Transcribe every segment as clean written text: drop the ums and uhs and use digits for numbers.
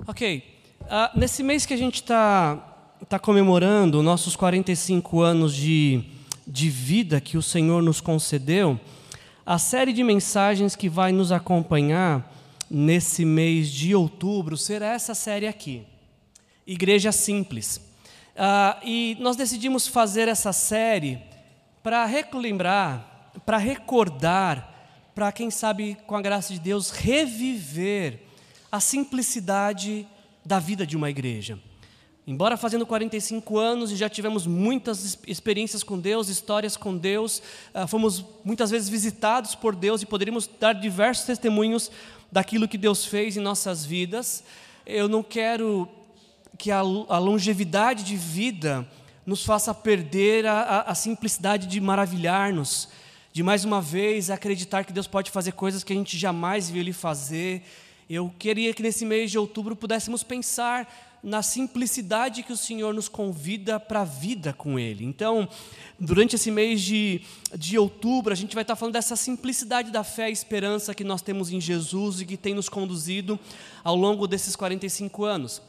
Ok, nesse mês que a gente está comemorando nossos 45 anos de vida que o Senhor nos concedeu, a série de mensagens que vai nos acompanhar nesse mês de outubro será essa série aqui, Igreja Simples. E nós decidimos fazer essa série para relembrar, para recordar, para, quem sabe, com a graça de Deus, reviver a simplicidade da vida de uma igreja. Embora fazendo 45 anos e já tivemos muitas experiências com Deus, histórias com Deus, fomos muitas vezes visitados por Deus e poderíamos dar diversos testemunhos daquilo que Deus fez em nossas vidas. Eu não quero que a longevidade de vida nos faça perder a simplicidade de maravilhar-nos, de mais uma vez acreditar que Deus pode fazer coisas que a gente jamais viu Ele fazer. Eu queria que nesse mês de outubro pudéssemos pensar na simplicidade que o Senhor nos convida para a vida com Ele. Então, durante esse mês de outubro, a gente vai estar falando dessa simplicidade da fé e esperança que nós temos em Jesus e que tem nos conduzido ao longo desses 45 anos.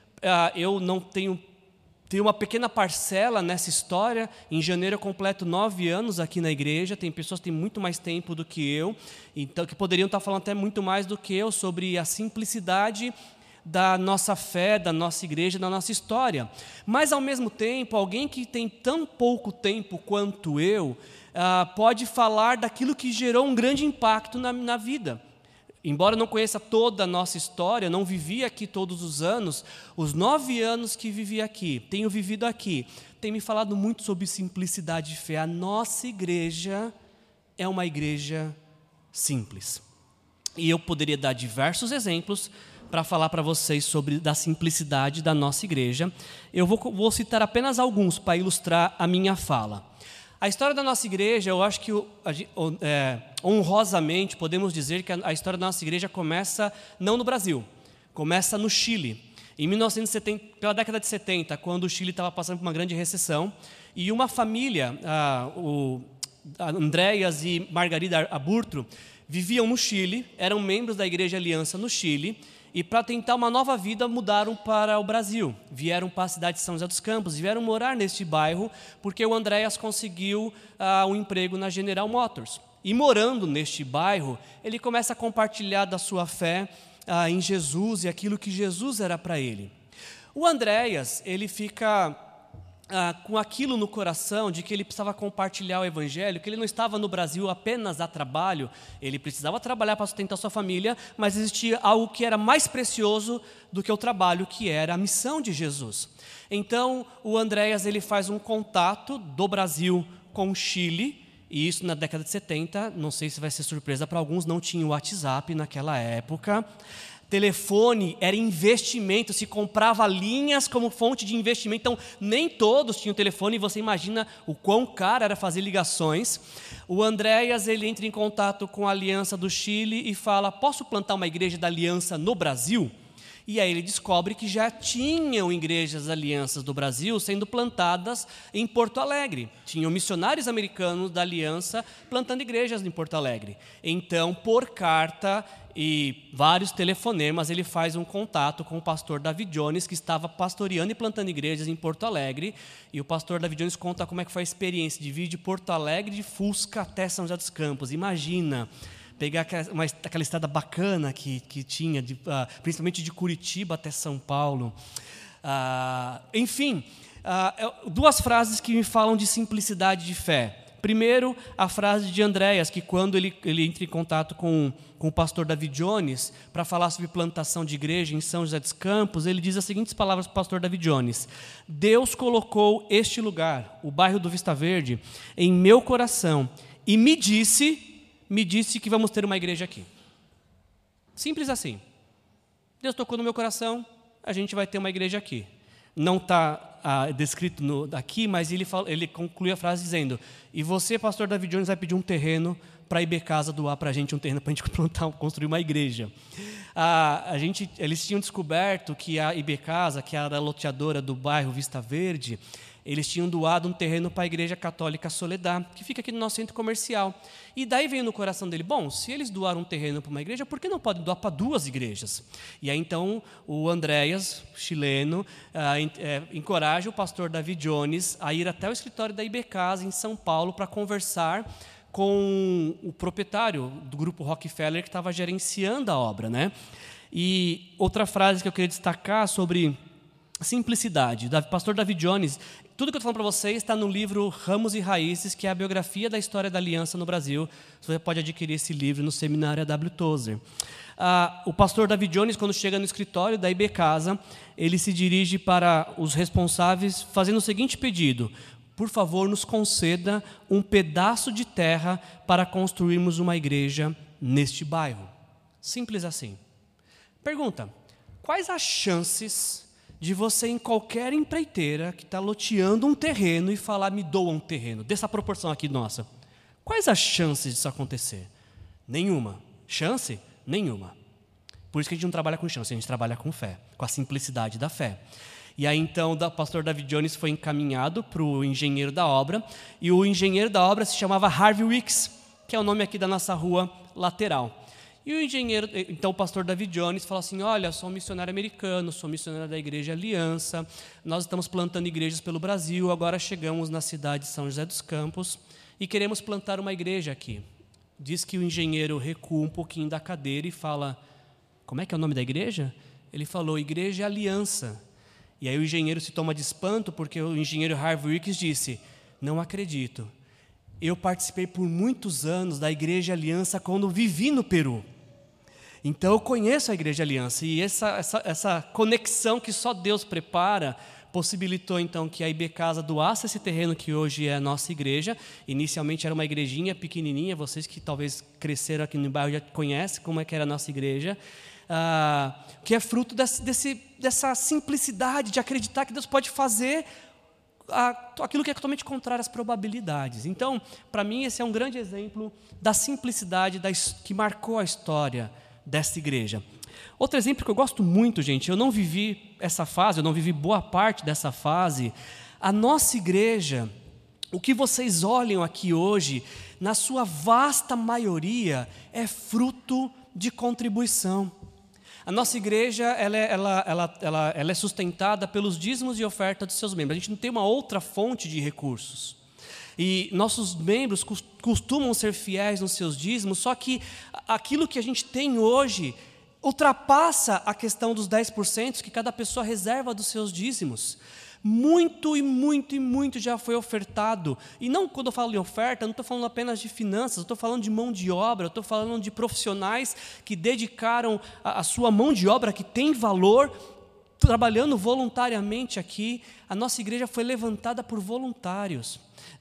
Eu não tenho uma pequena parcela nessa história. Em janeiro eu completo 9 anos aqui na igreja. Tem pessoas que têm muito mais tempo do que eu, então que poderiam estar falando até muito mais do que eu sobre a simplicidade da nossa fé, da nossa igreja, da nossa história. Mas, ao mesmo tempo, alguém que tem tão pouco tempo quanto eu pode falar daquilo que gerou um grande impacto na vida. Embora eu não conheça toda a nossa história, não vivi aqui todos os anos, os 9 anos que vivi aqui, tenho vivido aqui, tem me falado muito sobre simplicidade de fé. A nossa igreja é uma igreja simples. E eu poderia dar diversos exemplos para falar para vocês sobre da simplicidade da nossa igreja. Eu vou citar apenas alguns para ilustrar a minha fala. A história da nossa igreja, eu acho que honrosamente podemos dizer que a história da nossa igreja começa não no Brasil, começa no Chile. Em 1970, pela década de 70, quando o Chile estava passando por uma grande recessão, e uma família, Andréas e Margarida Aburto, viviam no Chile, eram membros da Igreja Aliança no Chile, e para tentar uma nova vida mudaram para o Brasil, vieram para a cidade de São José dos Campos, vieram morar neste bairro porque o Andréas conseguiu um emprego na General Motors. E morando neste bairro, ele começa a compartilhar da sua fé em Jesus e aquilo que Jesus era para ele. O Andréas, ele fica com aquilo no coração de que ele precisava compartilhar o Evangelho, que ele não estava no Brasil apenas a trabalho, ele precisava trabalhar para sustentar sua família, mas existia algo que era mais precioso do que o trabalho, que era a missão de Jesus. Então, o Andréas, ele faz um contato do Brasil com o Chile, e isso na década de 70, não sei se vai ser surpresa para alguns, não tinha o WhatsApp naquela época. Telefone era investimento, se comprava linhas como fonte de investimento, então nem todos tinham telefone, e você imagina o quão caro era fazer ligações. O Andréas, ele entra em contato com a Aliança do Chile e fala: posso plantar uma igreja da Aliança no Brasil? E aí ele descobre que já tinham igrejas alianças do Brasil sendo plantadas em Porto Alegre. Tinham missionários americanos da Aliança plantando igrejas em Porto Alegre. Então, por carta e vários telefonemas, ele faz um contato com o pastor David Jones, que estava pastoreando e plantando igrejas em Porto Alegre. E o pastor David Jones conta como é que foi a experiência de vir de Porto Alegre de Fusca até São José dos Campos. Imagina pegar aquela estrada bacana que tinha, principalmente de Curitiba até São Paulo. Enfim, duas frases que me falam de simplicidade de fé. Primeiro, a frase de Andréas, que quando ele entra em contato com o pastor David Jones para falar sobre plantação de igreja em São José dos Campos, ele diz as seguintes palavras para o pastor David Jones: Deus colocou este lugar, o bairro do Vista Verde, em meu coração e me disse que vamos ter uma igreja aqui. Simples assim. Deus tocou no meu coração, a gente vai ter uma igreja aqui. Não está descrito aqui, mas ele conclui a frase dizendo: e você, pastor David Jones, vai pedir um terreno para a IB Casa doar para a gente um terreno para a gente construir uma igreja. Eles tinham descoberto que a IB Casa, que era a loteadora do bairro Vista Verde, Eles tinham doado um terreno para a Igreja Católica Soledad, que fica aqui no nosso centro comercial. E daí veio no coração dele, bom, se eles doaram um terreno para uma igreja, por que não podem doar para 2 igrejas? E aí então o Andréas, chileno, encoraja o pastor David Jones a ir até o escritório da IBCasa em São Paulo para conversar com o proprietário do grupo Rockefeller que estava gerenciando a obra, né? E outra frase que eu queria destacar sobre simplicidade, do pastor David Jones, tudo que eu estou falando para vocês está no livro Ramos e Raízes, que é a biografia da história da aliança no Brasil. Você pode adquirir esse livro no seminário A.W. Tozer. O pastor David Jones, quando chega no escritório da IBCasa, ele se dirige para os responsáveis fazendo o seguinte pedido: por favor, nos conceda um pedaço de terra para construirmos uma igreja neste bairro. Simples assim. Pergunta: quais as chances de você, em qualquer empreiteira que está loteando um terreno e falar, me doa um terreno, dessa proporção aqui nossa? Quais as chances disso acontecer? Nenhuma. Chance? Nenhuma. Por isso que a gente não trabalha com chance, a gente trabalha com fé, com a simplicidade da fé. E aí então o pastor David Jones foi encaminhado para o engenheiro da obra, e o engenheiro da obra se chamava Harvey Wicks, que é o nome aqui da nossa rua lateral. E o engenheiro, então o pastor David Jones falou assim, olha, sou um missionário americano, sou missionário da Igreja Aliança, nós estamos plantando igrejas pelo Brasil, agora chegamos na cidade de São José dos Campos e queremos plantar uma igreja aqui. Diz que o engenheiro recua um pouquinho da cadeira e fala, como é que é o nome da igreja? Ele falou, Igreja Aliança. E aí o engenheiro se toma de espanto, porque o engenheiro Harvey Wicks disse, não acredito, eu participei por muitos anos da Igreja Aliança quando vivi no Peru. Então eu conheço a Igreja Aliança, e essa conexão que só Deus prepara, possibilitou então que a IBCasa doasse esse terreno que hoje é a nossa igreja. Inicialmente era uma igrejinha pequenininha, vocês que talvez cresceram aqui no bairro já conhecem como é que era a nossa igreja, que é fruto dessa simplicidade de acreditar que Deus pode fazer aquilo que é totalmente contrário às probabilidades. Então, para mim, esse é um grande exemplo da simplicidade que marcou a história dessa igreja. Outro exemplo que eu gosto muito, gente, eu não vivi essa fase, eu não vivi boa parte dessa fase. A nossa igreja, o que vocês olham aqui hoje, na sua vasta maioria, é fruto de contribuição. A nossa igreja ela é sustentada pelos dízimos e oferta dos seus membros. A gente não tem uma outra fonte de recursos. E nossos membros costumam ser fiéis nos seus dízimos, só que aquilo que a gente tem hoje ultrapassa a questão dos 10% que cada pessoa reserva dos seus dízimos. Muito e muito e muito já foi ofertado. E não, quando eu falo em oferta, não estou falando apenas de finanças, eu estou falando de mão de obra, eu estou falando de profissionais que dedicaram a sua mão de obra, que tem valor, trabalhando voluntariamente aqui. A nossa igreja foi levantada por voluntários.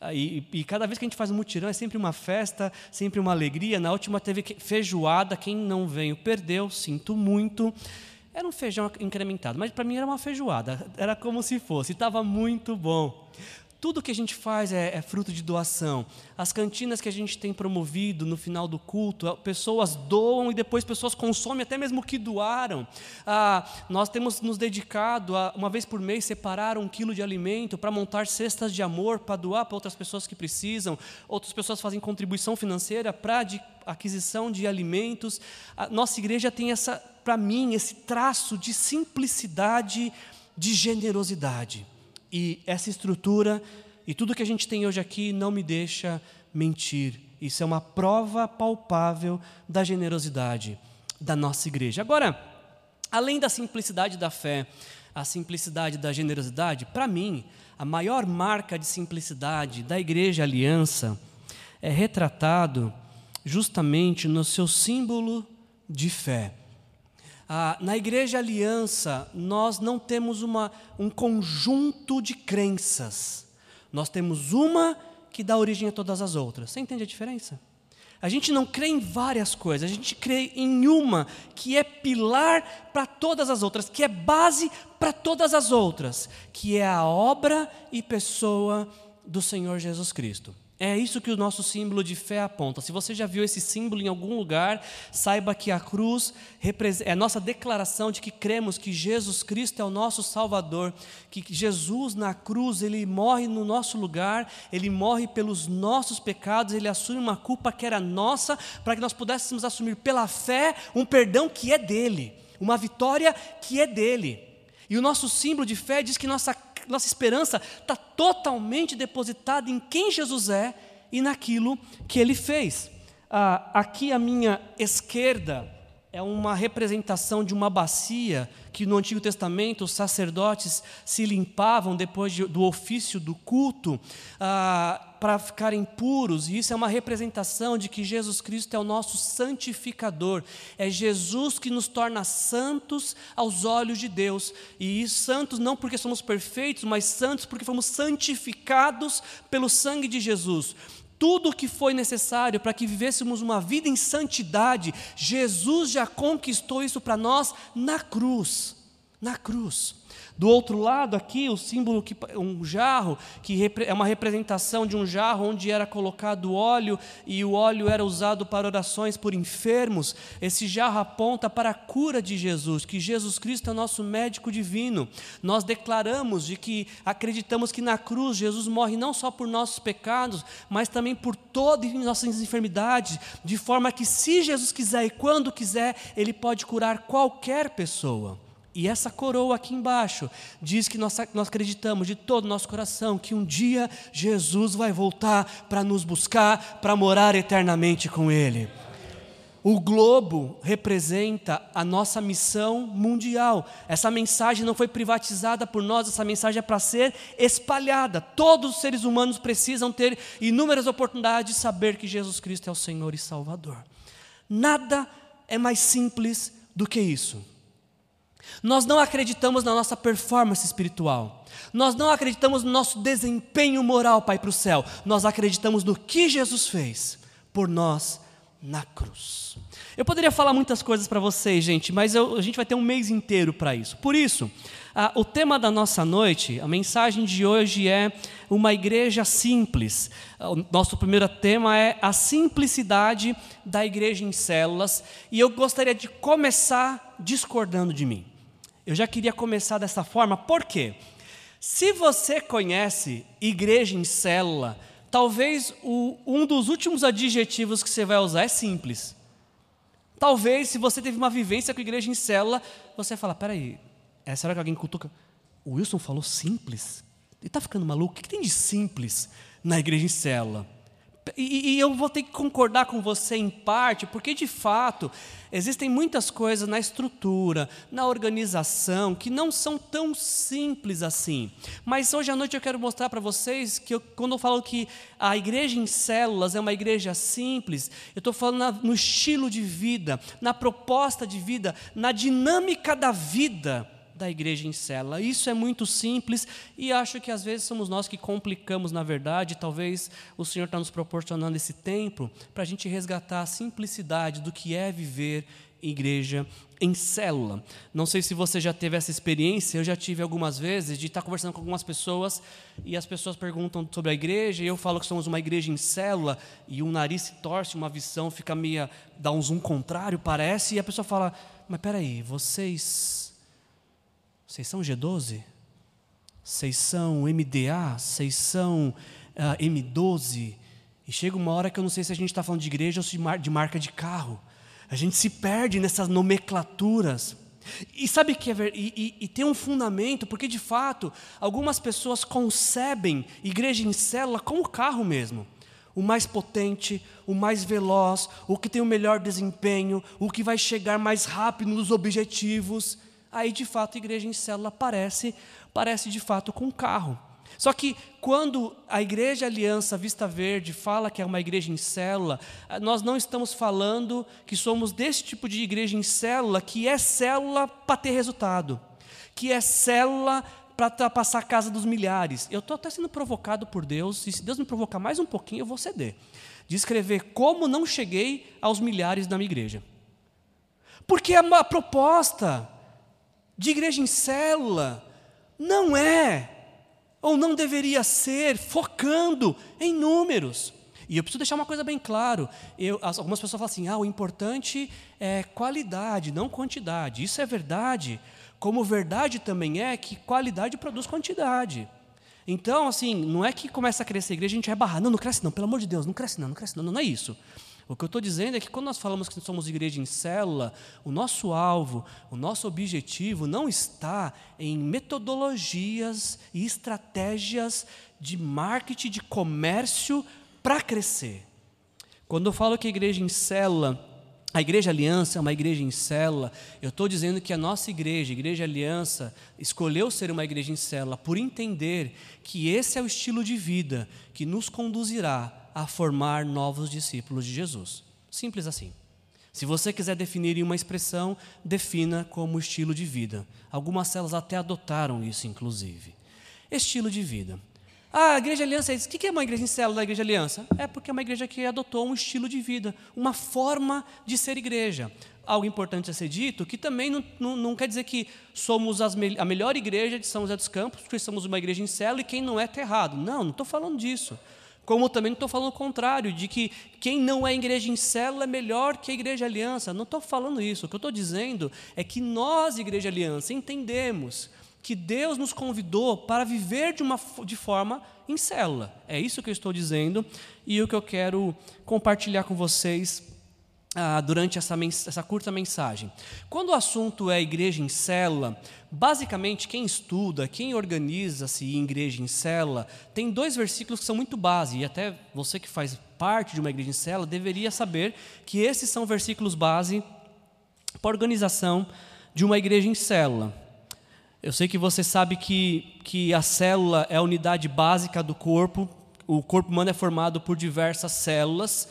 E cada vez que a gente faz um mutirão é sempre uma festa, sempre uma alegria. Na última teve feijoada, quem não veio perdeu, sinto muito. Era um feijão incrementado, mas para mim era uma feijoada, era como se fosse, estava muito bom. Tudo que a gente faz é fruto de doação. As cantinas que a gente tem promovido no final do culto, pessoas doam e depois pessoas consomem até mesmo o que doaram. Nós temos nos dedicado a, uma vez por mês, separar 1 quilo de alimento para montar cestas de amor, para doar para outras pessoas que precisam. Outras pessoas fazem contribuição financeira para aquisição de alimentos. A nossa igreja tem para mim, esse traço de simplicidade, de generosidade. E essa estrutura e tudo que a gente tem hoje aqui não me deixa mentir. Isso é uma prova palpável da generosidade da nossa igreja. Agora, além da simplicidade da fé, a simplicidade da generosidade, para mim, a maior marca de simplicidade da Igreja Aliança é retratado justamente no seu símbolo de fé. Na Igreja Aliança, nós não temos um conjunto de crenças. Nós temos uma que dá origem a todas as outras. Você entende a diferença? A gente não crê em várias coisas, a gente crê em uma que é pilar para todas as outras, que é base para todas as outras, que é a obra e pessoa do Senhor Jesus Cristo. É isso que o nosso símbolo de fé aponta. Se você já viu esse símbolo em algum lugar, saiba que a cruz é a nossa declaração de que cremos que Jesus Cristo é o nosso Salvador, que Jesus na cruz, Ele morre no nosso lugar, Ele morre pelos nossos pecados, Ele assume uma culpa que era nossa, para que nós pudéssemos assumir pela fé um perdão que é dEle, uma vitória que é dEle. E o nosso símbolo de fé diz que nossa esperança está totalmente depositada em quem Jesus é e naquilo que Ele fez. Aqui à minha esquerda é uma representação de uma bacia que no Antigo Testamento os sacerdotes se limpavam depois do ofício do culto para ficarem puros, e isso é uma representação de que Jesus Cristo é o nosso santificador, é Jesus que nos torna santos aos olhos de Deus, e santos não porque somos perfeitos, mas santos porque fomos santificados pelo sangue de Jesus. Tudo o que foi necessário para que vivêssemos uma vida em santidade, Jesus já conquistou isso para nós na cruz. Na cruz. Do outro lado aqui, o símbolo, um jarro, que é uma representação de um jarro onde era colocado óleo, e o óleo era usado para orações por enfermos. Esse jarro aponta para a cura de Jesus, que Jesus Cristo é o nosso médico divino. Nós declaramos acreditamos que na cruz Jesus morre não só por nossos pecados, mas também por todas as nossas enfermidades, de forma que se Jesus quiser e quando quiser, Ele pode curar qualquer pessoa. E essa coroa aqui embaixo diz que nós acreditamos de todo o nosso coração que um dia Jesus vai voltar para nos buscar, para morar eternamente com Ele. O globo representa a nossa missão mundial. Essa mensagem não foi privatizada por nós, essa mensagem é para ser espalhada. Todos os seres humanos precisam ter inúmeras oportunidades de saber que Jesus Cristo é o Senhor e Salvador. Nada é mais simples do que isso. Nós não acreditamos na nossa performance espiritual. Nós não acreditamos no nosso desempenho moral para ir para o céu. Nós acreditamos no que Jesus fez por nós na cruz. Eu poderia falar muitas coisas para vocês, gente, mas a gente vai ter um mês inteiro para isso. Por isso, o tema da nossa noite, a mensagem de hoje é uma igreja simples. O nosso primeiro tema é a simplicidade da igreja em células. E eu gostaria de começar discordando de mim. Eu já queria começar dessa forma, por quê? Se você conhece igreja em célula, talvez um dos últimos adjetivos que você vai usar é simples. Talvez, se você teve uma vivência com igreja em célula, você fala, peraí, será que alguém cutuca? O Wilson falou simples? Ele está ficando maluco? O que tem de simples na igreja em célula? E eu vou ter que concordar com você em parte, porque de fato existem muitas coisas na estrutura, na organização, que não são tão simples assim. Mas hoje à noite eu quero mostrar para vocês que quando eu falo que a igreja em células é uma igreja simples, eu estou falando no estilo de vida, na proposta de vida, na dinâmica da vida da igreja em célula. Isso é muito simples e acho que às vezes somos nós que complicamos na verdade. Talvez o Senhor está nos proporcionando esse tempo para a gente resgatar a simplicidade do que é viver em igreja em célula. Não sei se você já teve essa experiência, eu já tive algumas vezes de estar conversando com algumas pessoas e as pessoas perguntam sobre a igreja e eu falo que somos uma igreja em célula e um nariz se torce, uma visão fica meio, dá um zoom contrário parece, e a pessoa fala, mas peraí, vocês são G12? Vocês são MDA? Vocês são M12? E chega uma hora que eu não sei se a gente está falando de igreja ou de marca de carro. A gente se perde nessas nomenclaturas. E sabe que e tem um fundamento, porque de fato, algumas pessoas concebem igreja em célula como carro mesmo. O mais potente, o mais veloz, o que tem o melhor desempenho, o que vai chegar mais rápido nos objetivos. Aí, de fato, a igreja em célula parece de fato com um carro. Só que quando a Igreja Aliança Vista Verde fala que é uma igreja em célula, nós não estamos falando que somos desse tipo de igreja em célula, que é célula para ter resultado, que é célula para ultrapassar a casa dos milhares. Eu estou até sendo provocado por Deus, e se Deus me provocar mais um pouquinho, eu vou ceder, de escrever como não cheguei aos milhares na minha igreja. Porque a proposta de igreja em célula não é ou não deveria ser, focando em números. E eu preciso deixar uma coisa bem claro. Algumas pessoas falam assim, o importante é qualidade, não quantidade. Isso é verdade, como verdade também é que qualidade produz quantidade. Então, assim, não é que começa a crescer a igreja, a gente vai barrar. Não cresce não, pelo amor de Deus, não cresce não, não é isso. O que eu estou dizendo é que quando nós falamos que somos igreja em célula, o nosso alvo, o nosso objetivo não está em metodologias e estratégias de marketing, de comércio para crescer. Quando eu falo que a igreja em célula, a Igreja Aliança é uma igreja em célula, eu estou dizendo que a nossa igreja, a Igreja Aliança, escolheu ser uma igreja em célula por entender que esse é o estilo de vida que nos conduzirá a formar novos discípulos de Jesus. Simples assim. Se você quiser definir em uma expressão, defina como estilo de vida. Algumas células até adotaram isso, inclusive. Estilo de vida. A Igreja Aliança, o que é uma igreja em célula da Igreja Aliança? É porque é uma igreja que adotou um estilo de vida, uma forma de ser igreja. Algo importante a ser dito, que também não quer dizer que somos a melhor igreja de São José dos Campos, porque somos uma igreja em célula e quem não é está errado. Não estou falando disso. Como também não estou falando o contrário, de que quem não é igreja em célula é melhor que a Igreja Aliança. Não estou falando isso. O que eu estou dizendo é que nós, Igreja Aliança, entendemos que Deus nos convidou para viver de forma em célula. É isso que eu estou dizendo e o que eu quero compartilhar com vocês durante essa curta mensagem. Quando o assunto é igreja em célula, basicamente quem estuda, quem organiza-se em igreja em célula, tem 2 versículos que são muito base, e até você que faz parte de uma igreja em célula deveria saber que esses são versículos base para a organização de uma igreja em célula. Eu sei que você sabe que a célula é a unidade básica do corpo. O corpo humano é formado por diversas células.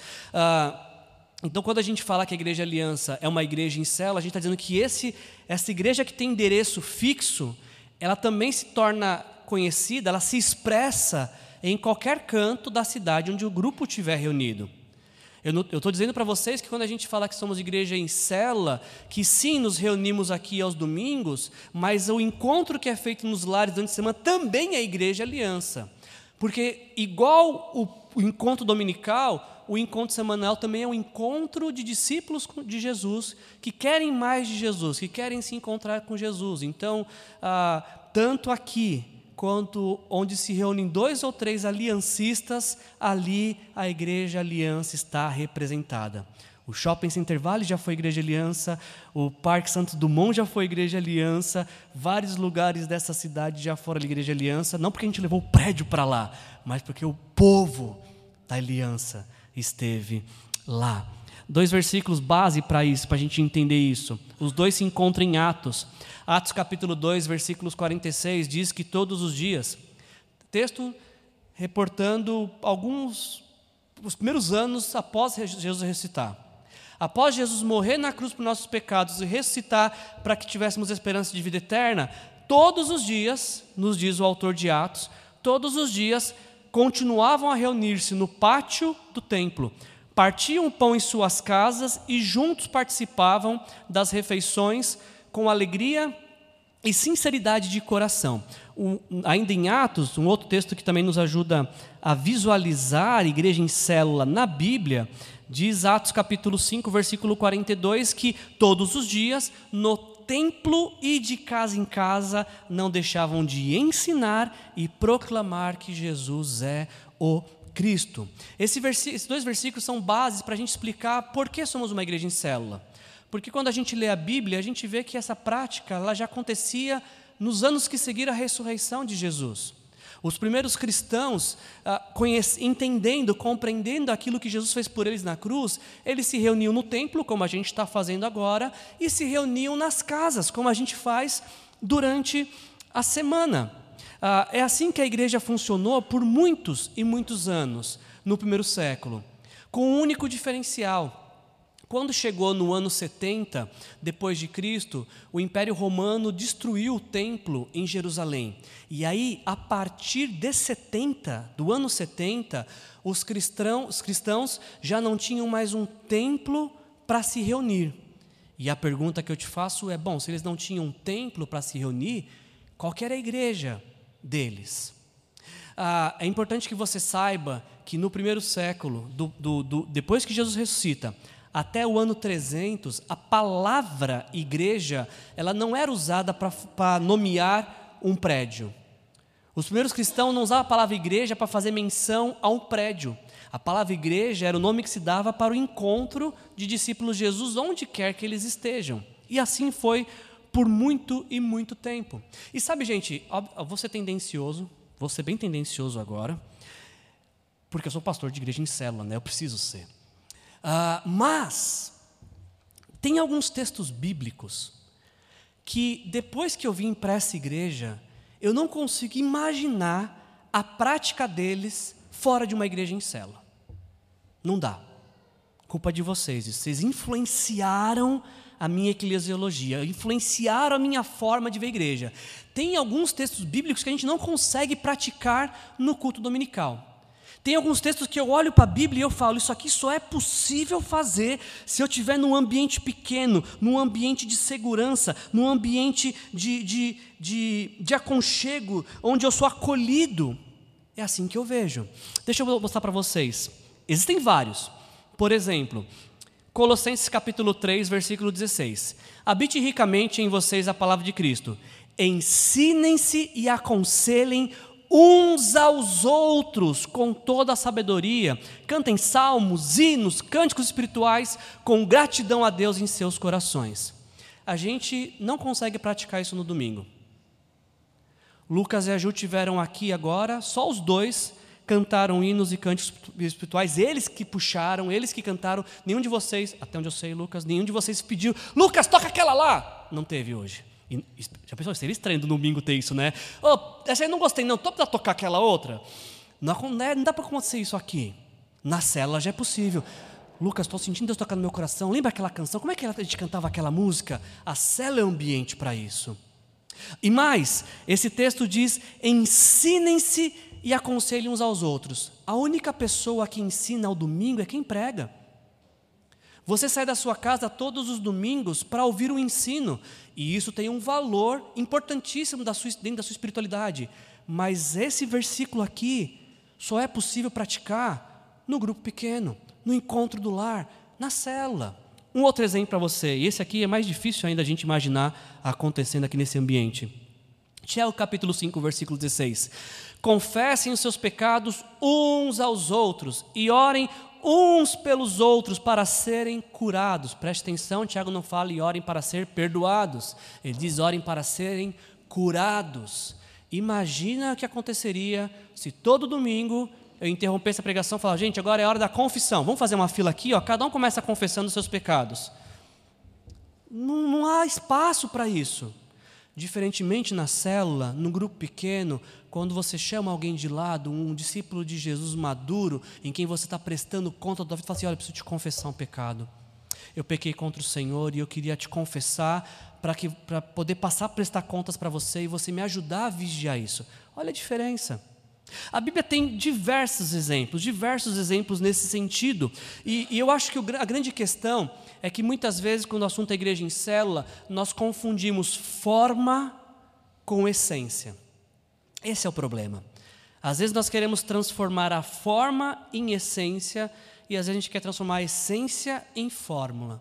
Então, quando a gente fala que a Igreja Aliança é uma igreja em célula, a gente está dizendo que essa igreja que tem endereço fixo, ela também se torna conhecida, ela se expressa em qualquer canto da cidade onde o grupo estiver reunido. Eu estou dizendo para vocês que quando a gente fala que somos igreja em célula, que sim, nos reunimos aqui aos domingos, mas o encontro que é feito nos lares durante a semana também é Igreja Aliança. Porque igual o encontro dominical, o encontro semanal também é um encontro de discípulos de Jesus, que querem mais de Jesus, que querem se encontrar com Jesus. Então, tanto aqui, quanto onde se reúnem 2 ou 3 aliancistas, ali a Igreja Aliança está representada. O Shopping Center Valley já foi Igreja Aliança, o Parque Santos Dumont já foi Igreja Aliança, vários lugares dessa cidade já foram Igreja Aliança, não porque a gente levou o prédio para lá, mas porque o povo da Aliança esteve lá. 2 versículos base para isso, para a gente entender isso. Os 2 se encontram em Atos. Atos capítulo 2, versículos 46, diz que todos os dias, texto reportando os primeiros anos após Jesus ressuscitar. Após Jesus morrer na cruz por nossos pecados e ressuscitar para que tivéssemos esperança de vida eterna, todos os dias, nos diz o autor de Atos, todos os dias continuavam a reunir-se no pátio do templo, partiam o pão em suas casas e juntos participavam das refeições com alegria e sinceridade de coração. Ainda em Atos, um outro texto que também nos ajuda a visualizar a igreja em célula na Bíblia, diz Atos capítulo 5, versículo 42, que todos os dias, no templo e de casa em casa, não deixavam de ensinar e proclamar que Jesus é o Cristo. Esses 2 versículos são bases para a gente explicar por que somos uma igreja em célula. Porque quando a gente lê a Bíblia, a gente vê que essa prática ela já acontecia nos anos que seguiram a ressurreição de Jesus. Os primeiros cristãos, entendendo, compreendendo aquilo que Jesus fez por eles na cruz, eles se reuniam no templo, como a gente está fazendo agora, e se reuniam nas casas, como a gente faz durante a semana. É assim que a igreja funcionou por muitos e muitos anos, no primeiro século, com um único diferencial. Quando chegou no ano 70, depois de Cristo, o Império Romano destruiu o templo em Jerusalém. E aí, a partir do ano 70, os cristãos já não tinham mais um templo para se reunir. E a pergunta que eu te faço é, se eles não tinham um templo para se reunir, qual que era a igreja deles? É importante que você saiba que no primeiro século, depois que Jesus ressuscita, até o ano 300, a palavra igreja, ela não era usada para nomear um prédio. Os primeiros cristãos não usavam a palavra igreja para fazer menção a um prédio. A palavra igreja era o nome que se dava para o encontro de discípulos de Jesus, onde quer que eles estejam. E assim foi por muito e muito tempo. E sabe, gente, eu vou ser tendencioso, vou ser bem tendencioso agora, porque eu sou pastor de igreja em célula, né? Eu preciso ser. Mas tem alguns textos bíblicos que, depois que eu vim para essa igreja, eu não consigo imaginar a prática deles fora de uma igreja em célula. Não dá. Culpa de vocês. Vocês influenciaram a minha eclesiologia, influenciaram a minha forma de ver a igreja. Tem alguns textos bíblicos que a gente não consegue praticar no culto dominical. Tem alguns textos que eu olho para a Bíblia e eu falo, isso aqui só é possível fazer se eu estiver num ambiente pequeno, num ambiente de segurança, num ambiente de aconchego, onde eu sou acolhido. É assim que eu vejo. Deixa eu mostrar para vocês. Existem vários. Por exemplo, Colossenses capítulo 3, versículo 16. Habite ricamente em vocês a palavra de Cristo. Ensinem-se e aconselhem uns aos outros com toda a sabedoria. Cantem salmos, hinos, cânticos espirituais com gratidão a Deus em seus corações. A gente não consegue praticar isso no domingo. Lucas e a Ju tiveram aqui agora, só os dois cantaram hinos e cânticos espirituais, eles que puxaram, eles que cantaram. Nenhum de vocês, até onde eu sei, Lucas, nenhum de vocês pediu, Lucas, toca aquela lá. Não teve hoje. Já pensou, seria estranho do domingo ter isso, né? Essa aí não gostei não, para tocar aquela outra. Não dá para acontecer isso aqui. Na célula já é possível. Lucas, estou sentindo Deus tocar no meu coração. Lembra aquela canção? Como é que a gente cantava aquela música? A célula é um ambiente para isso. E mais, esse texto diz, ensinem-se e aconselhem uns aos outros. A única pessoa que ensina ao domingo é quem prega. Você sai da sua casa todos os domingos para ouvir o ensino, e isso tem um valor importantíssimo dentro da sua espiritualidade. Mas esse versículo aqui só é possível praticar no grupo pequeno, no encontro do lar, na célula. Um outro exemplo para você, e esse aqui é mais difícil ainda a gente imaginar acontecendo aqui nesse ambiente. Tiago capítulo 5, versículo 16. Confessem os seus pecados uns aos outros e orem uns pelos outros para serem curados. Preste atenção, Tiago não fala e orem para ser perdoados. Ele diz orem para serem curados. Imagina o que aconteceria se todo domingo eu interrompesse a pregação e falasse, gente, agora é a hora da confissão. Vamos fazer uma fila aqui, ó, cada um começa confessando os seus pecados. Não há espaço para isso. Diferentemente na célula, no grupo pequeno, quando você chama alguém de lado, um discípulo de Jesus maduro, em quem você está prestando conta da vida, fala assim, olha, eu preciso te confessar um pecado. Eu pequei contra o Senhor e eu queria te confessar para poder passar a prestar contas para você e você me ajudar a vigiar isso. Olha a diferença. A Bíblia tem diversos exemplos nesse sentido. E eu acho que a grande questão é que muitas vezes, quando o assunto é igreja em célula, nós confundimos forma com essência. Esse é o problema. Às vezes nós queremos transformar a forma em essência e às vezes a gente quer transformar a essência em forma.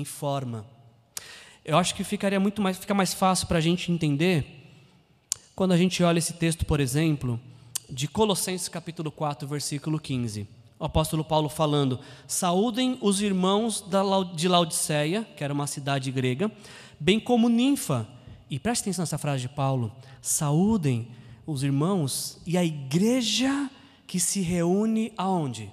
Eu acho que fica mais fácil para a gente entender quando a gente olha esse texto, por exemplo, de Colossenses capítulo 4, versículo 15. O apóstolo Paulo falando, saúdem os irmãos de Laodiceia, que era uma cidade grega, bem como Ninfa. E preste atenção nessa frase de Paulo, saúdem os irmãos e a igreja que se reúne aonde?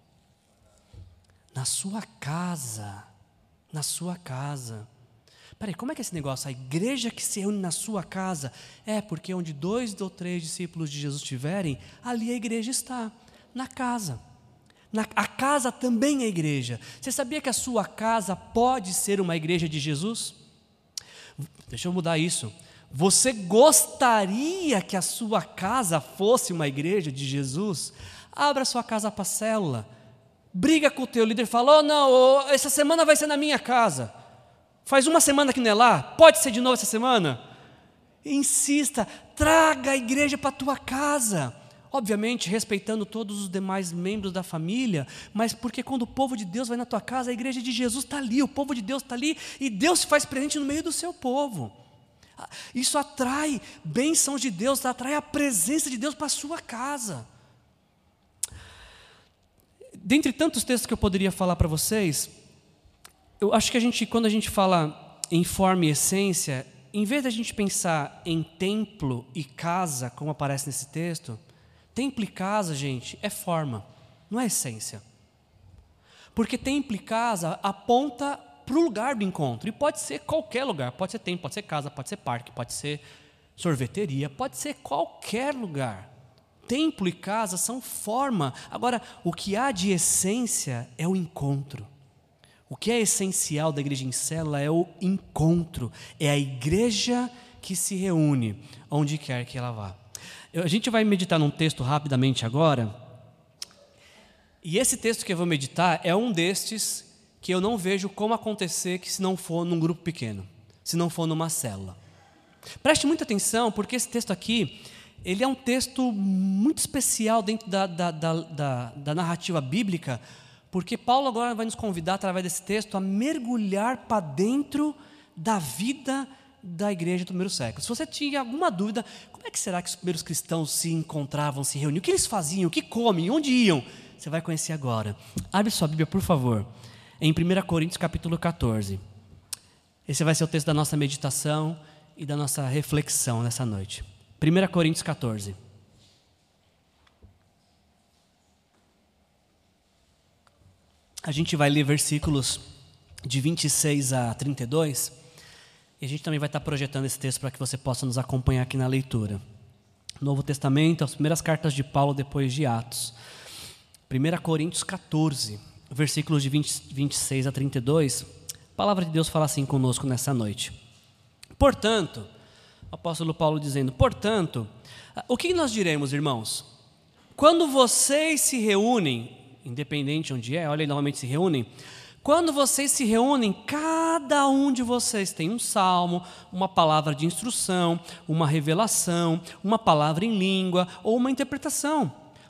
Na sua casa. Na sua casa. Peraí, como é que é esse negócio? A igreja que se reúne na sua casa? É porque onde 2 ou 3 discípulos de Jesus estiverem, ali a igreja está, na casa. A casa também é igreja. Você sabia que a sua casa pode ser uma igreja de Jesus? Deixa eu mudar isso. Você gostaria que a sua casa fosse uma igreja de Jesus? Abra sua casa para a célula. Briga com o teu líder e fala, não, essa semana vai ser na minha casa. Faz uma semana que não é lá, pode ser de novo essa semana? Insista, traga a igreja para a tua casa. obviamente respeitando todos os demais membros da família, mas porque quando o povo de Deus vai na tua casa, a igreja de Jesus está ali, o povo de Deus está ali, e Deus se faz presente no meio do seu povo. Isso atrai bênçãos de Deus, atrai a presença de Deus para a sua casa. Dentre tantos textos que eu poderia falar para vocês, eu acho que quando a gente fala em forma e essência, em vez de a gente pensar em templo e casa, como aparece nesse texto, templo e casa, gente, é forma, não é essência. Porque templo e casa aponta para o lugar do encontro, e pode ser qualquer lugar, pode ser templo, pode ser casa, pode ser parque, pode ser sorveteria, pode ser qualquer lugar. Templo e casa são forma. Agora, o que há de essência é o encontro. O que é essencial da igreja em célula é o encontro, é a igreja que se reúne, onde quer que ela vá. A gente vai meditar num texto rapidamente agora, e esse texto que eu vou meditar é um destes que eu não vejo como acontecer que se não for num grupo pequeno, se não for numa célula. Preste muita atenção, porque esse texto aqui, ele é um texto muito especial dentro da narrativa bíblica, porque Paulo agora vai nos convidar, através desse texto, a mergulhar para dentro da vida da igreja do primeiro século. Se você tinha alguma dúvida, como é que será que os primeiros cristãos se encontravam, se reuniam? O que eles faziam? O que comem? Onde iam? Você vai conhecer agora. Abre sua Bíblia, por favor, em 1 Coríntios capítulo 14. Esse vai ser o texto da nossa meditação e da nossa reflexão nessa noite. 1 Coríntios 14. A gente vai ler versículos de 26 a 32, e a gente também vai estar projetando esse texto para que você possa nos acompanhar aqui na leitura. Novo Testamento, as primeiras cartas de Paulo depois de Atos. 1 Coríntios 14, versículos de 26 a 32, a palavra de Deus fala assim conosco nessa noite. Portanto, o apóstolo Paulo dizendo, portanto, o que nós diremos, irmãos? Quando vocês se reúnem, independente onde é, olha aí, novamente se reúnem. Quando vocês se reúnem, cada um de vocês tem um salmo, uma palavra de instrução, uma revelação, uma palavra em língua ou uma interpretação.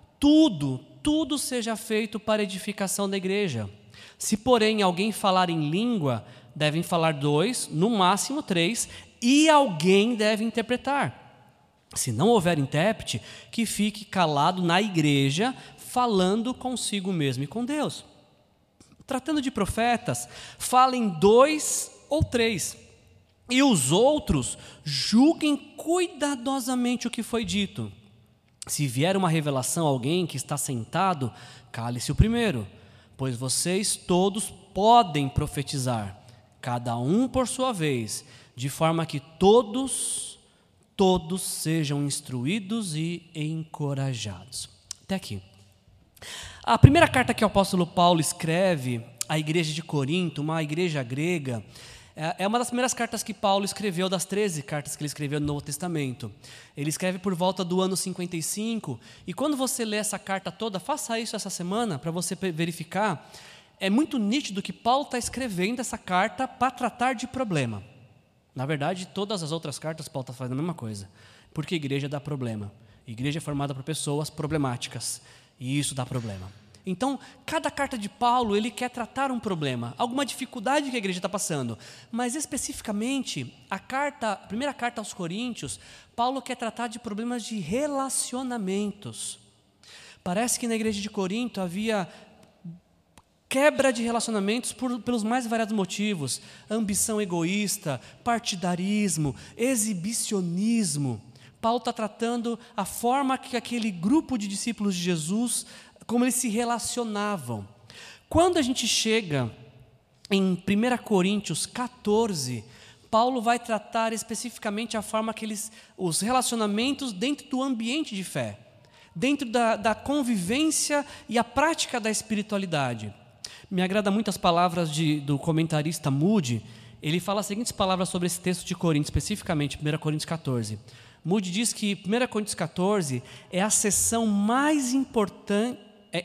Tudo seja feito para edificação da igreja. Se, porém, alguém falar em língua, devem falar 2, no máximo 3, e alguém deve interpretar. Se não houver intérprete, que fique calado na igreja, falando consigo mesmo e com Deus. Tratando de profetas, falem 2 ou 3, e os outros julguem cuidadosamente o que foi dito. Se vier uma revelação a alguém que está sentado, cale-se o primeiro, pois vocês todos podem profetizar, cada um por sua vez, de forma que todos sejam instruídos e encorajados. Até aqui. A primeira carta que o apóstolo Paulo escreve à igreja de Corinto, uma igreja grega, é uma das primeiras cartas que Paulo escreveu, das 13 cartas que ele escreveu no Novo Testamento. Ele escreve por volta do ano 55, e quando você lê essa carta toda, faça isso essa semana, para você verificar, é muito nítido que Paulo está escrevendo essa carta para tratar de problema. Na verdade, todas as outras cartas Paulo está fazendo a mesma coisa, porque a igreja dá problema. A igreja é formada por pessoas problemáticas, e isso dá problema. Então, cada carta de Paulo, ele quer tratar um problema, alguma dificuldade que a igreja está passando. Mas, especificamente, a primeira carta aos Coríntios, Paulo quer tratar de problemas de relacionamentos. Parece que na igreja de Corinto havia quebra de relacionamentos pelos mais variados motivos. Ambição egoísta, partidarismo, exibicionismo. Paulo está tratando a forma que aquele grupo de discípulos de Jesus, como eles se relacionavam. Quando a gente chega em 1 Coríntios 14, Paulo vai tratar especificamente a forma que os relacionamentos dentro do ambiente de fé, dentro da convivência e a prática da espiritualidade. Me agrada muito as palavras do comentarista Moody. Ele fala as seguintes palavras sobre esse texto de Coríntios, especificamente 1 Coríntios 14. Moody diz que 1 Coríntios 14 é a seção mais importante.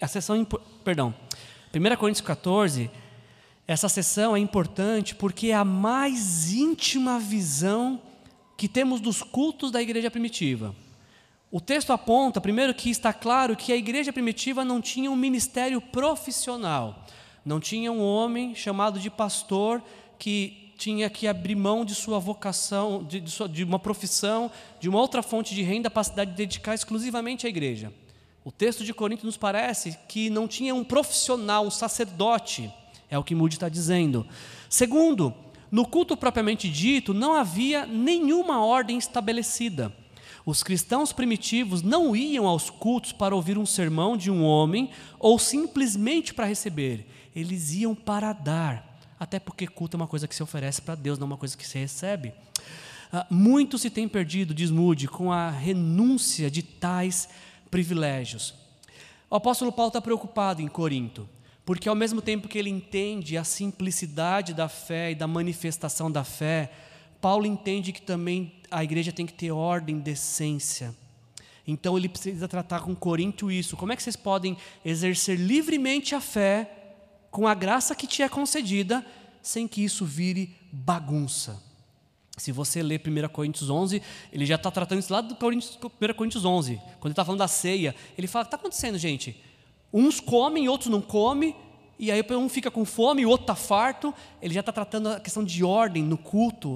1 Coríntios 14, essa seção é importante porque é a mais íntima visão que temos dos cultos da igreja primitiva. O texto aponta, primeiro, que está claro que a igreja primitiva não tinha um ministério profissional. Não tinha um homem chamado de pastor que tinha que abrir mão de sua vocação, de uma profissão, de uma outra fonte de renda para se dedicar exclusivamente à igreja. O texto de Corinto nos parece que não tinha um profissional, um sacerdote, é o que Moody está dizendo. Segundo, no culto propriamente dito, não havia nenhuma ordem estabelecida. Os cristãos primitivos não iam aos cultos para ouvir um sermão de um homem ou simplesmente para receber. Eles iam para dar. Até porque culto é uma coisa que se oferece para Deus, não uma coisa que se recebe. Muito se tem perdido, diz Moody, com a renúncia de tais privilégios. O apóstolo Paulo está preocupado em Corinto, porque ao mesmo tempo que ele entende a simplicidade da fé e da manifestação da fé, Paulo entende que também a igreja tem que ter ordem, decência. Então ele precisa tratar com Corinto isso. Como é que vocês podem exercer livremente a fé com a graça que te é concedida, sem que isso vire bagunça? Se você ler 1 Coríntios 11, ele já está tratando isso lá do 1 Coríntios 11. Quando ele está falando da ceia, ele fala: o que está acontecendo, gente? Uns comem, outros não comem, e aí um fica com fome e o outro está farto. Ele já está tratando a questão de ordem no culto,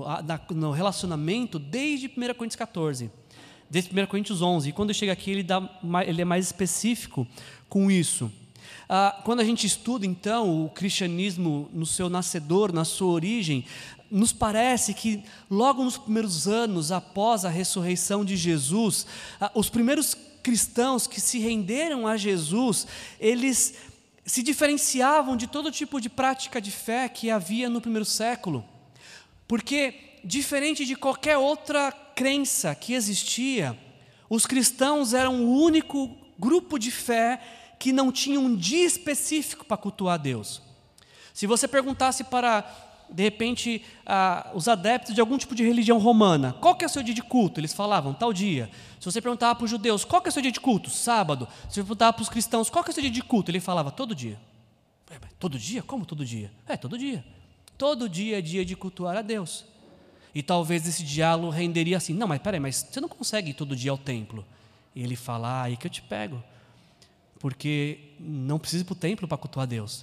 no relacionamento, desde 1 Coríntios 14, desde 1 Coríntios 11. E quando chega aqui, ele é mais específico com isso. Quando a gente estuda, então, o cristianismo no seu nascedor, na sua origem, nos parece que logo nos primeiros anos após a ressurreição de Jesus, os primeiros cristãos que se renderam a Jesus, eles se diferenciavam de todo tipo de prática de fé que havia no primeiro século, porque, diferente de qualquer outra crença que existia, os cristãos eram o único grupo de fé que não tinha um dia específico para cultuar a Deus. Se você perguntasse para, de repente, os adeptos de algum tipo de religião romana, qual que é o seu dia de culto? Eles falavam, tal dia. Se você perguntava para os judeus, qual que é o seu dia de culto? Sábado. Se você perguntava para os cristãos, qual que é o seu dia de culto? Ele falava, todo dia. Todo dia? Como todo dia? Todo dia. Todo dia é dia de cultuar a Deus. E talvez esse diálogo renderia assim, não, mas peraí, mas você não consegue ir todo dia ao templo. E ele fala, aí que eu te pego. Porque não precisa ir para o templo para cultuar a Deus.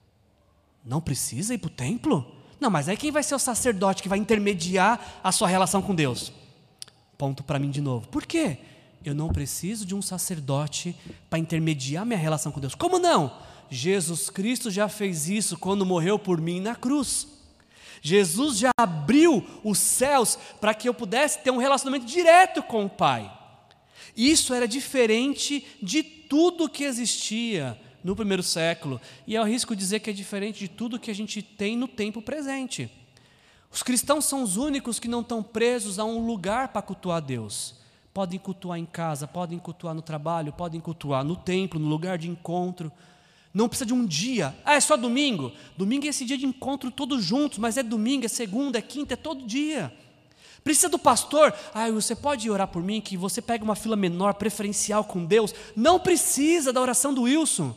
Não precisa ir para o templo? Não, mas aí quem vai ser o sacerdote que vai intermediar a sua relação com Deus? Ponto para mim de novo. Por quê? Eu não preciso de um sacerdote para intermediar minha relação com Deus. Como não? Jesus Cristo já fez isso quando morreu por mim na cruz. Jesus já abriu os céus para que eu pudesse ter um relacionamento direto com o Pai. Isso era diferente de tudo que existia no primeiro século, e eu arrisco dizer que é diferente de tudo que a gente tem no tempo presente. Os cristãos são os únicos que não estão presos a um lugar para cultuar a Deus. Podem cultuar em casa, podem cultuar no trabalho, podem cultuar no templo, no lugar de encontro. Não precisa de um dia. É só domingo? Domingo é esse dia de encontro todos juntos, mas é domingo, é segunda, é quinta, é todo dia. Precisa do pastor? Você pode orar por mim que você pega uma fila menor, preferencial com Deus? Não precisa da oração do Wilson.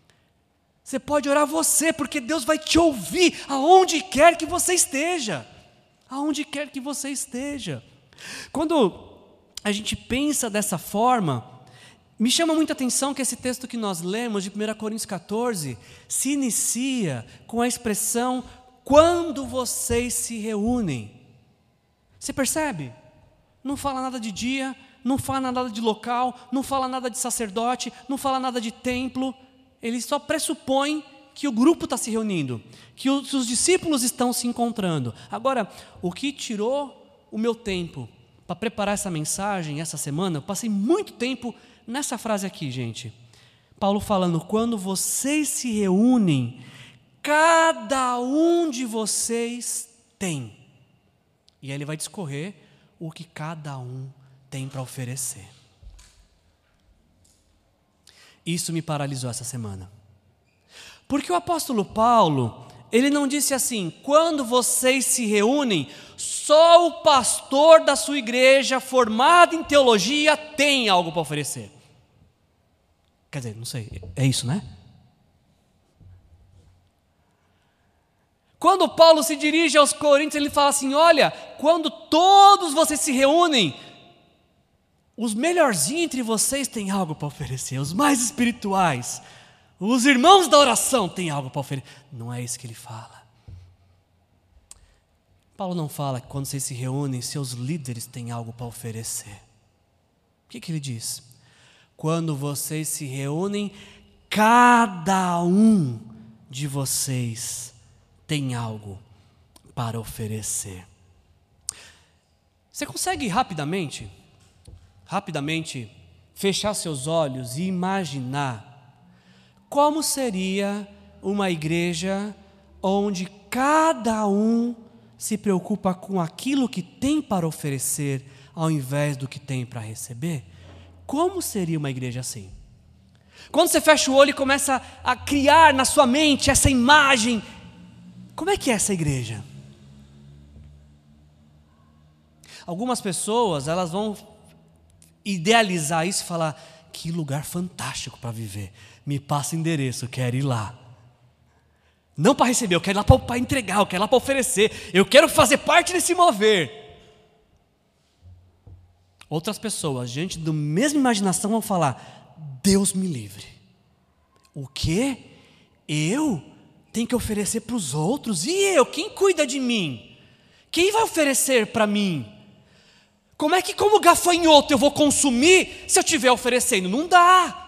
Você pode orar você, porque Deus vai te ouvir aonde quer que você esteja. Aonde quer que você esteja. Quando a gente pensa dessa forma, me chama muita atenção que esse texto que nós lemos, de 1 Coríntios 14, se inicia com a expressão, quando vocês se reúnem. Você percebe? Não fala nada de dia, não fala nada de local, não fala nada de sacerdote, não fala nada de templo. Ele só pressupõe que o grupo está se reunindo, que os discípulos estão se encontrando. Agora, o que tirou o meu tempo para preparar essa mensagem essa semana, eu passei muito tempo nessa frase aqui, gente. Paulo falando, quando vocês se reúnem, cada um de vocês tem. E aí ele vai discorrer o que cada um tem para oferecer. Isso me paralisou essa semana. Porque o apóstolo Paulo, ele não disse assim, quando vocês se reúnem, só o pastor da sua igreja, formado em teologia, tem algo para oferecer. Quer dizer, não sei, é isso, né? Quando Paulo se dirige aos Coríntios, ele fala assim, olha, quando todos vocês se reúnem, os melhorzinhos entre vocês têm algo para oferecer, os mais espirituais, os irmãos da oração têm algo para oferecer. Não é isso que ele fala. Paulo não fala que quando vocês se reúnem, seus líderes têm algo para oferecer. O que ele diz? Quando vocês se reúnem, cada um de vocês tem algo para oferecer. Você consegue rapidamente fechar seus olhos e imaginar como seria uma igreja onde cada um se preocupa com aquilo que tem para oferecer ao invés do que tem para receber? Como seria uma igreja assim? Quando você fecha o olho e começa a criar na sua mente essa imagem, como é que é essa igreja? Algumas pessoas, elas vão idealizar isso e falar: que lugar fantástico para viver, me passa o endereço, eu quero ir lá. Não para receber, eu quero ir lá para entregar, eu quero ir lá para oferecer, eu quero fazer parte desse mover. Outras pessoas, diante da mesma imaginação, vão falar: Deus me livre. O quê? Eu tenho que oferecer para os outros? E eu? Quem cuida de mim? Quem vai oferecer para mim? Como é que, como gafanhoto, eu vou consumir se eu estiver oferecendo? Não dá.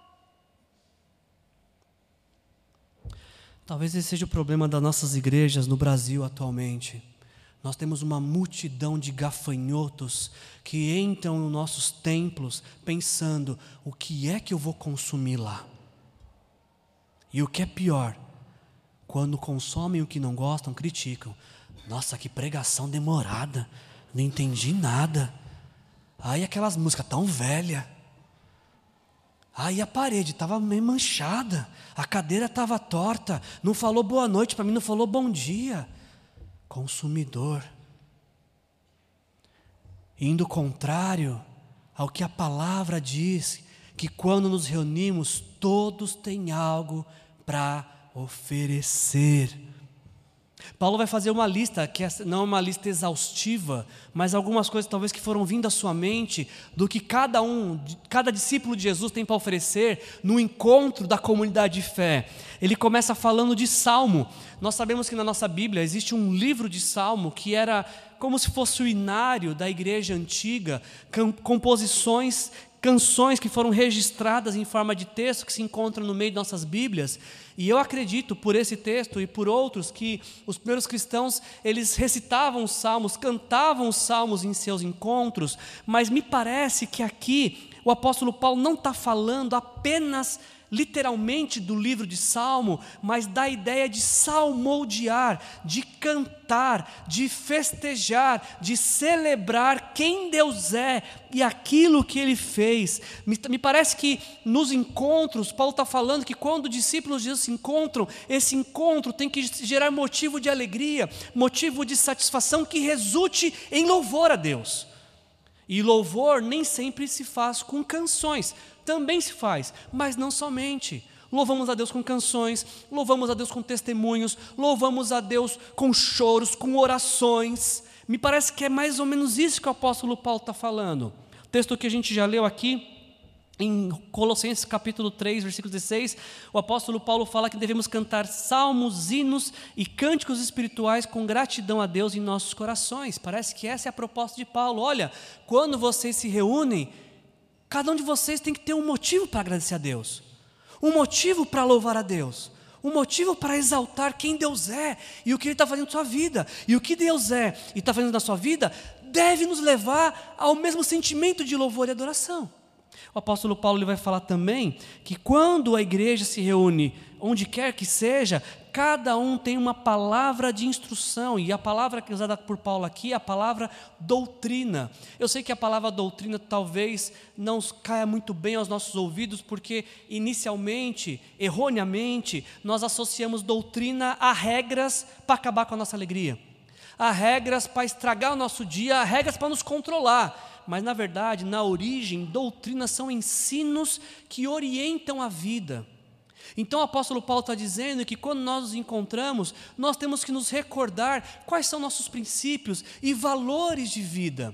Talvez esse seja o problema das nossas igrejas no Brasil atualmente. Nós temos uma multidão de gafanhotos que entram nos nossos templos pensando: o que é que eu vou consumir lá? E o que é pior, quando consomem o que não gostam, criticam: nossa, que pregação demorada, não entendi nada. Aí aquelas músicas tão velhas. Aí a parede estava meio manchada, a cadeira estava torta, não falou boa noite para mim, não falou bom dia. Consumidor, indo contrário ao que a palavra diz, que quando nos reunimos, todos têm algo para oferecer. Paulo vai fazer uma lista, que não é uma lista exaustiva, mas algumas coisas talvez que foram vindo à sua mente, do que cada discípulo de Jesus tem para oferecer no encontro da comunidade de fé. Ele começa falando de Salmo. Nós sabemos que na nossa Bíblia existe um livro de Salmo que era como se fosse o inário da igreja antiga, composições, canções que foram registradas em forma de texto que se encontram no meio de nossas Bíblias. E eu acredito, por esse texto e por outros, que os primeiros cristãos, eles recitavam os salmos, cantavam os salmos em seus encontros, mas me parece que aqui o apóstolo Paulo não está falando apenas literalmente do livro de Salmo, mas da ideia de salmodiar, de cantar, de festejar, de celebrar quem Deus é e aquilo que Ele fez. Me parece que nos encontros, Paulo está falando que quando discípulos de Jesus se encontram, esse encontro tem que gerar motivo de alegria, motivo de satisfação que resulte em louvor a Deus. E louvor nem sempre se faz com canções, também se faz, mas não somente. Louvamos a Deus com canções, louvamos a Deus com testemunhos, louvamos a Deus com choros, com orações. Me parece que é mais ou menos isso que o apóstolo Paulo está falando. O texto que a gente já leu aqui, em Colossenses capítulo 3, versículo 16, o apóstolo Paulo fala que devemos cantar salmos, hinos e cânticos espirituais com gratidão a Deus em nossos corações. Parece que essa é a proposta de Paulo. Olha, quando vocês se reúnem, cada um de vocês tem que ter um motivo para agradecer a Deus, um motivo para louvar a Deus, um motivo para exaltar quem Deus é e o que Ele está fazendo na sua vida. E o que Deus é e está fazendo na sua vida deve nos levar ao mesmo sentimento de louvor e adoração. O apóstolo Paulo ele vai falar também que quando a igreja se reúne, onde quer que seja, cada um tem uma palavra de instrução, e a palavra que é usada por Paulo aqui é a palavra doutrina. Eu sei que a palavra doutrina talvez não caia muito bem aos nossos ouvidos, porque inicialmente, erroneamente, nós associamos doutrina a regras para acabar com a nossa alegria, a regras para estragar o nosso dia, a regras para nos controlar. Mas na verdade, na origem, doutrinas são ensinos que orientam a vida. Então o apóstolo Paulo está dizendo que quando nós nos encontramos, nós temos que nos recordar quais são nossos princípios e valores de vida.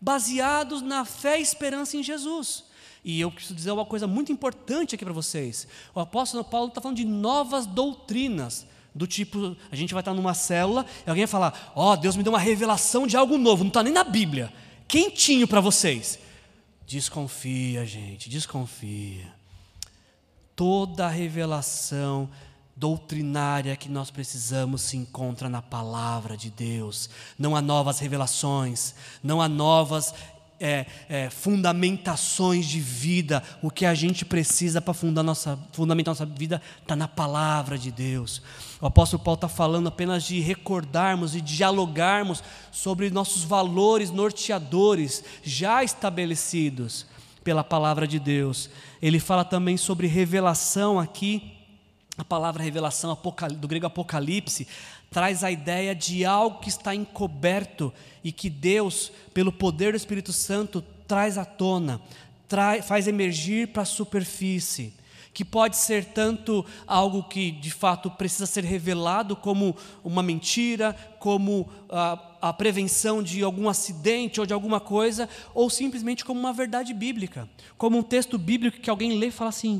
baseados na fé e esperança em Jesus. E eu preciso dizer uma coisa muito importante aqui para vocês. O apóstolo Paulo está falando de novas doutrinas, do tipo, a gente vai estar numa célula e alguém vai falar, Deus me deu uma revelação de algo novo, não está nem na Bíblia, quentinho para vocês. Desconfia, gente, desconfia. Toda a revelação doutrinária que nós precisamos se encontra na palavra de Deus. Não há novas revelações, não há novas fundamentações de vida. O que a gente precisa para fundamentar nossa vida está na palavra de Deus. O apóstolo Paulo está falando apenas de recordarmos e dialogarmos sobre nossos valores norteadores já estabelecidos pela palavra de Deus. Ele fala também sobre revelação aqui. A palavra revelação, do grego apocalipse, traz a ideia de algo que está encoberto e que Deus, pelo poder do Espírito Santo, traz à tona, faz emergir para a superfície, que pode ser tanto algo que de fato precisa ser revelado, como uma mentira, como a prevenção de algum acidente ou de alguma coisa, ou simplesmente como uma verdade bíblica, como um texto bíblico que alguém lê e fala assim,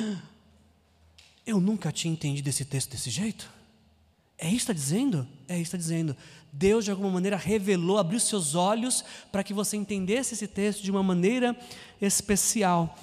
eu nunca tinha entendido esse texto desse jeito. É isso que está dizendo? É isso que está dizendo. Deus de alguma maneira revelou, abriu seus olhos para que você entendesse esse texto de uma maneira especial.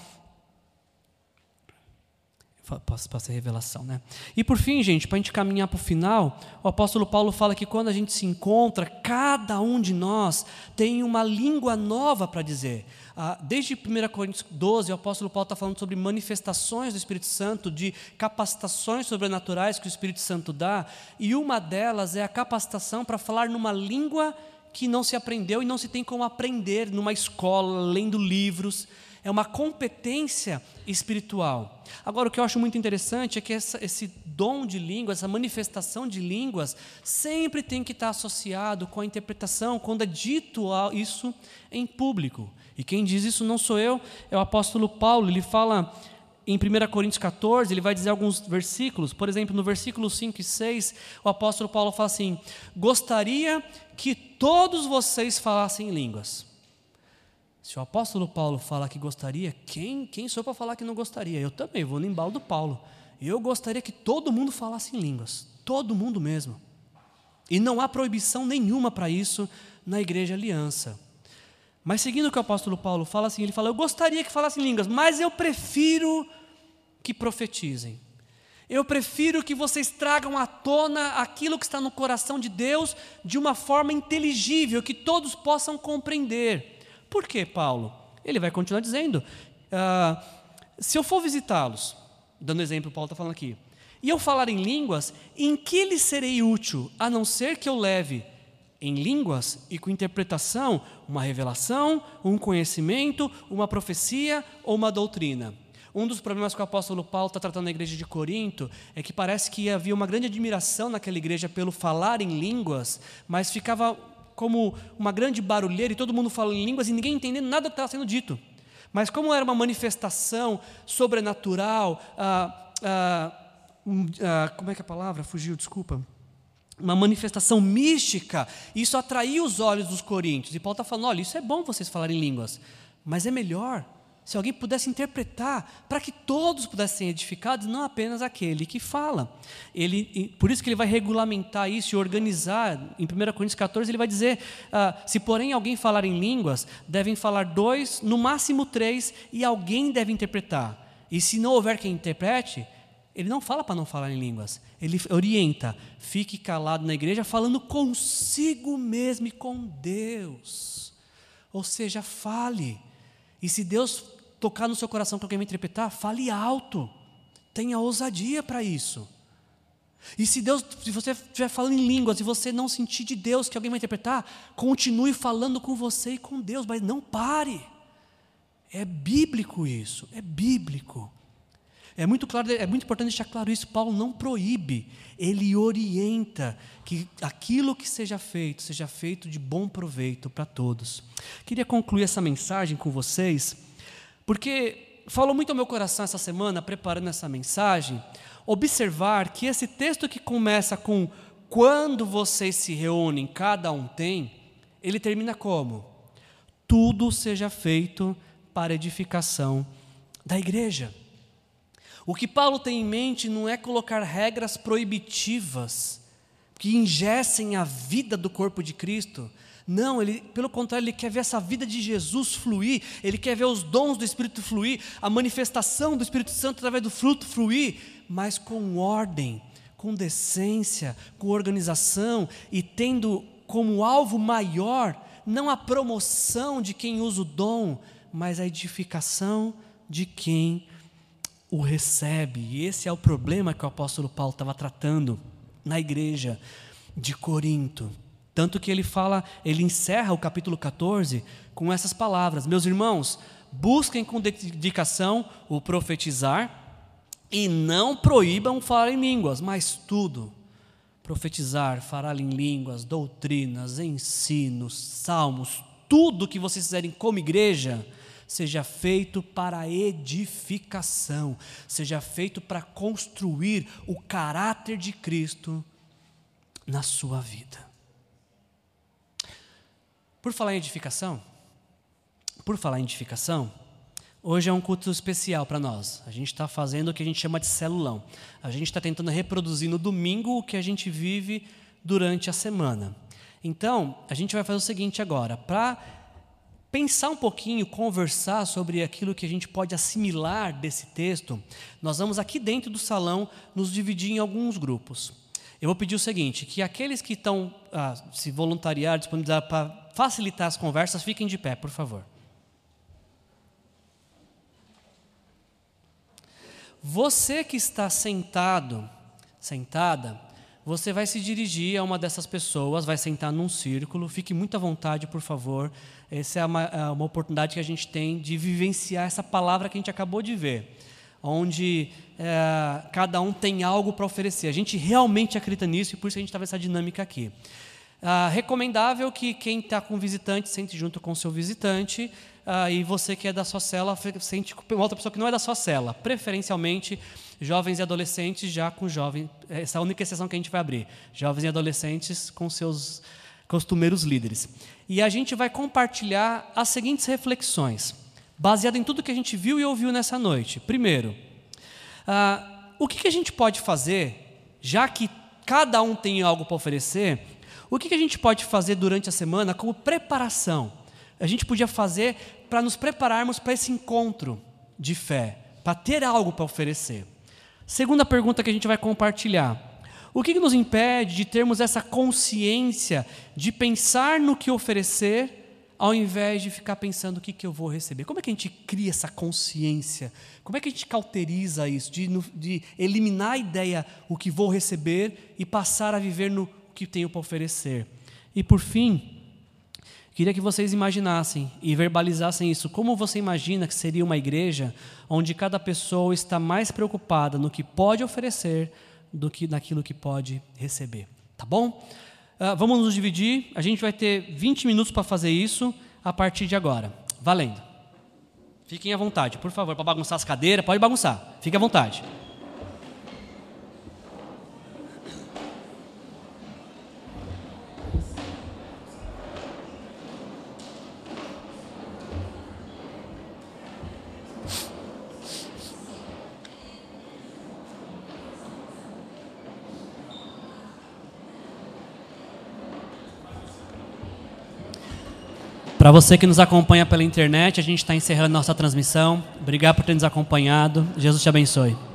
Passa a revelação, né? E por fim, gente, para a gente caminhar para o final, o apóstolo Paulo fala que quando a gente se encontra, cada um de nós tem uma língua nova para dizer. Desde 1 Coríntios 12, o apóstolo Paulo está falando sobre manifestações do Espírito Santo, de capacitações sobrenaturais que o Espírito Santo dá, e uma delas é a capacitação para falar numa língua que não se aprendeu e não se tem como aprender numa escola, lendo livros. É uma competência espiritual. Agora, o que eu acho muito interessante é que esse dom de línguas, essa manifestação de línguas, sempre tem que estar associado com a interpretação, quando é dito isso em público. E quem diz isso não sou eu, é o apóstolo Paulo. Ele fala em 1 Coríntios 14, ele vai dizer alguns versículos. Por exemplo, no versículo 5 e 6, o apóstolo Paulo fala assim, gostaria que todos vocês falassem línguas. Se o apóstolo Paulo fala que gostaria, quem sou para falar que não gostaria? Eu também vou no embalo do Paulo. Eu gostaria que todo mundo falasse em línguas, todo mundo mesmo. E não há proibição nenhuma para isso na Igreja Aliança. Mas seguindo o que o apóstolo Paulo fala assim, ele fala, eu gostaria que falassem línguas, mas eu prefiro que profetizem. Eu prefiro que vocês tragam à tona aquilo que está no coração de Deus de uma forma inteligível, que todos possam compreender. Por quê, Paulo? Ele vai continuar dizendo, se eu for visitá-los, dando exemplo, Paulo está falando aqui, e eu falar em línguas, em que lhes serei útil, a não ser que eu leve em línguas e com interpretação uma revelação, um conhecimento, uma profecia ou uma doutrina? Um dos problemas que o apóstolo Paulo está tratando na igreja de Corinto é que parece que havia uma grande admiração naquela igreja pelo falar em línguas, mas ficava como uma grande barulheira e todo mundo falando em línguas e ninguém entendendo nada do que estava sendo dito. Mas como era uma manifestação sobrenatural, como é que é a palavra? Fugiu, desculpa. Uma manifestação mística, isso atraiu os olhos dos coríntios. E Paulo está falando, olha, isso é bom vocês falarem línguas, mas é melhor se alguém pudesse interpretar, para que todos pudessem ser edificados, não apenas aquele que fala. Por isso que ele vai regulamentar isso e organizar. Em 1 Coríntios 14 ele vai dizer, se porém alguém falar em línguas, devem falar 2, no máximo 3, e alguém deve interpretar. E se não houver quem interprete, ele não fala para não falar em línguas, ele orienta, fique calado na igreja, falando consigo mesmo e com Deus. Ou seja, fale. E se Deus tocar no seu coração que alguém vai interpretar, fale alto, tenha ousadia para isso. E se você estiver falando em línguas e você não sentir de Deus que alguém vai interpretar, continue falando com você e com Deus, mas não pare. É bíblico isso, é bíblico. É muito claro, é muito importante deixar claro isso. Paulo não proíbe, ele orienta que aquilo que seja feito de bom proveito para todos. Queria concluir essa mensagem com vocês, porque falou muito ao meu coração essa semana, preparando essa mensagem, observar que esse texto que começa com quando vocês se reúnem, cada um tem, ele termina como? tudo seja feito para edificação da igreja. O que Paulo tem em mente não é colocar regras proibitivas que engessem a vida do corpo de Cristo. Não, pelo contrário, ele quer ver essa vida de Jesus fluir, ele quer ver os dons do Espírito fluir, a manifestação do Espírito Santo através do fruto fluir, mas com ordem, com decência, com organização e tendo como alvo maior, não a promoção de quem usa o dom, mas a edificação de quem o recebe. E esse é o problema que o apóstolo Paulo estava tratando na igreja de Corinto. Tanto que ele encerra o capítulo 14 com essas palavras: meus irmãos, busquem com dedicação o profetizar e não proíbam falar em línguas, mas tudo, profetizar, falar em línguas, doutrinas, ensinos, salmos, tudo que vocês fizerem como igreja, seja feito para a edificação, seja feito para construir o caráter de Cristo na sua vida. Por falar em edificação, hoje é um culto especial para nós. A gente está fazendo o que a gente chama de celulão. A gente está tentando reproduzir no domingo o que a gente vive durante a semana. Então, a gente vai fazer o seguinte agora, para pensar um pouquinho, conversar sobre aquilo que a gente pode assimilar desse texto, nós vamos aqui dentro do salão nos dividir em alguns grupos. Eu vou pedir o seguinte, que aqueles que estão se voluntariar, disponibilizar para facilitar as conversas, fiquem de pé, por favor. Você que está sentado, sentada, você vai se dirigir a uma dessas pessoas, vai sentar num círculo, fique muito à vontade, por favor. Essa é uma oportunidade que a gente tem de vivenciar essa palavra que a gente acabou de ver, onde cada um tem algo para oferecer. A gente realmente acredita nisso e por isso a gente está nessa dinâmica aqui. Recomendável que quem está com visitante sente junto com o seu visitante, e você que é da sua cela sente com outra pessoa que não é da sua cela, preferencialmente jovens e adolescentes já com jovens, essa é a única exceção que a gente vai abrir, jovens e adolescentes com seus costumeiros líderes. E a gente vai compartilhar as seguintes reflexões, baseado em tudo que a gente viu e ouviu nessa noite. Primeiro, o que a gente pode fazer, já que cada um tem algo para oferecer, o que a gente pode fazer durante a semana como preparação? A gente podia fazer para nos prepararmos para esse encontro de fé, para ter algo para oferecer. Segunda pergunta que a gente vai compartilhar: o que nos impede de termos essa consciência de pensar no que oferecer, ao invés de ficar pensando o que eu vou receber? Como é que a gente cria essa consciência? Como é que a gente cauteriza isso, de eliminar a ideia, o que vou receber, e passar a viver no que tenho para oferecer? E por fim, queria que vocês imaginassem e verbalizassem isso. Como você imagina que seria uma igreja onde cada pessoa está mais preocupada no que pode oferecer do que naquilo que pode receber? Tá bom? Vamos nos dividir. A gente vai ter 20 minutos para fazer isso a partir de agora. Valendo. Fiquem à vontade, por favor, para bagunçar as cadeiras. Pode bagunçar. Fique à vontade. Para você que nos acompanha pela internet, a gente está encerrando nossa transmissão. Obrigado por ter nos acompanhado. Jesus te abençoe.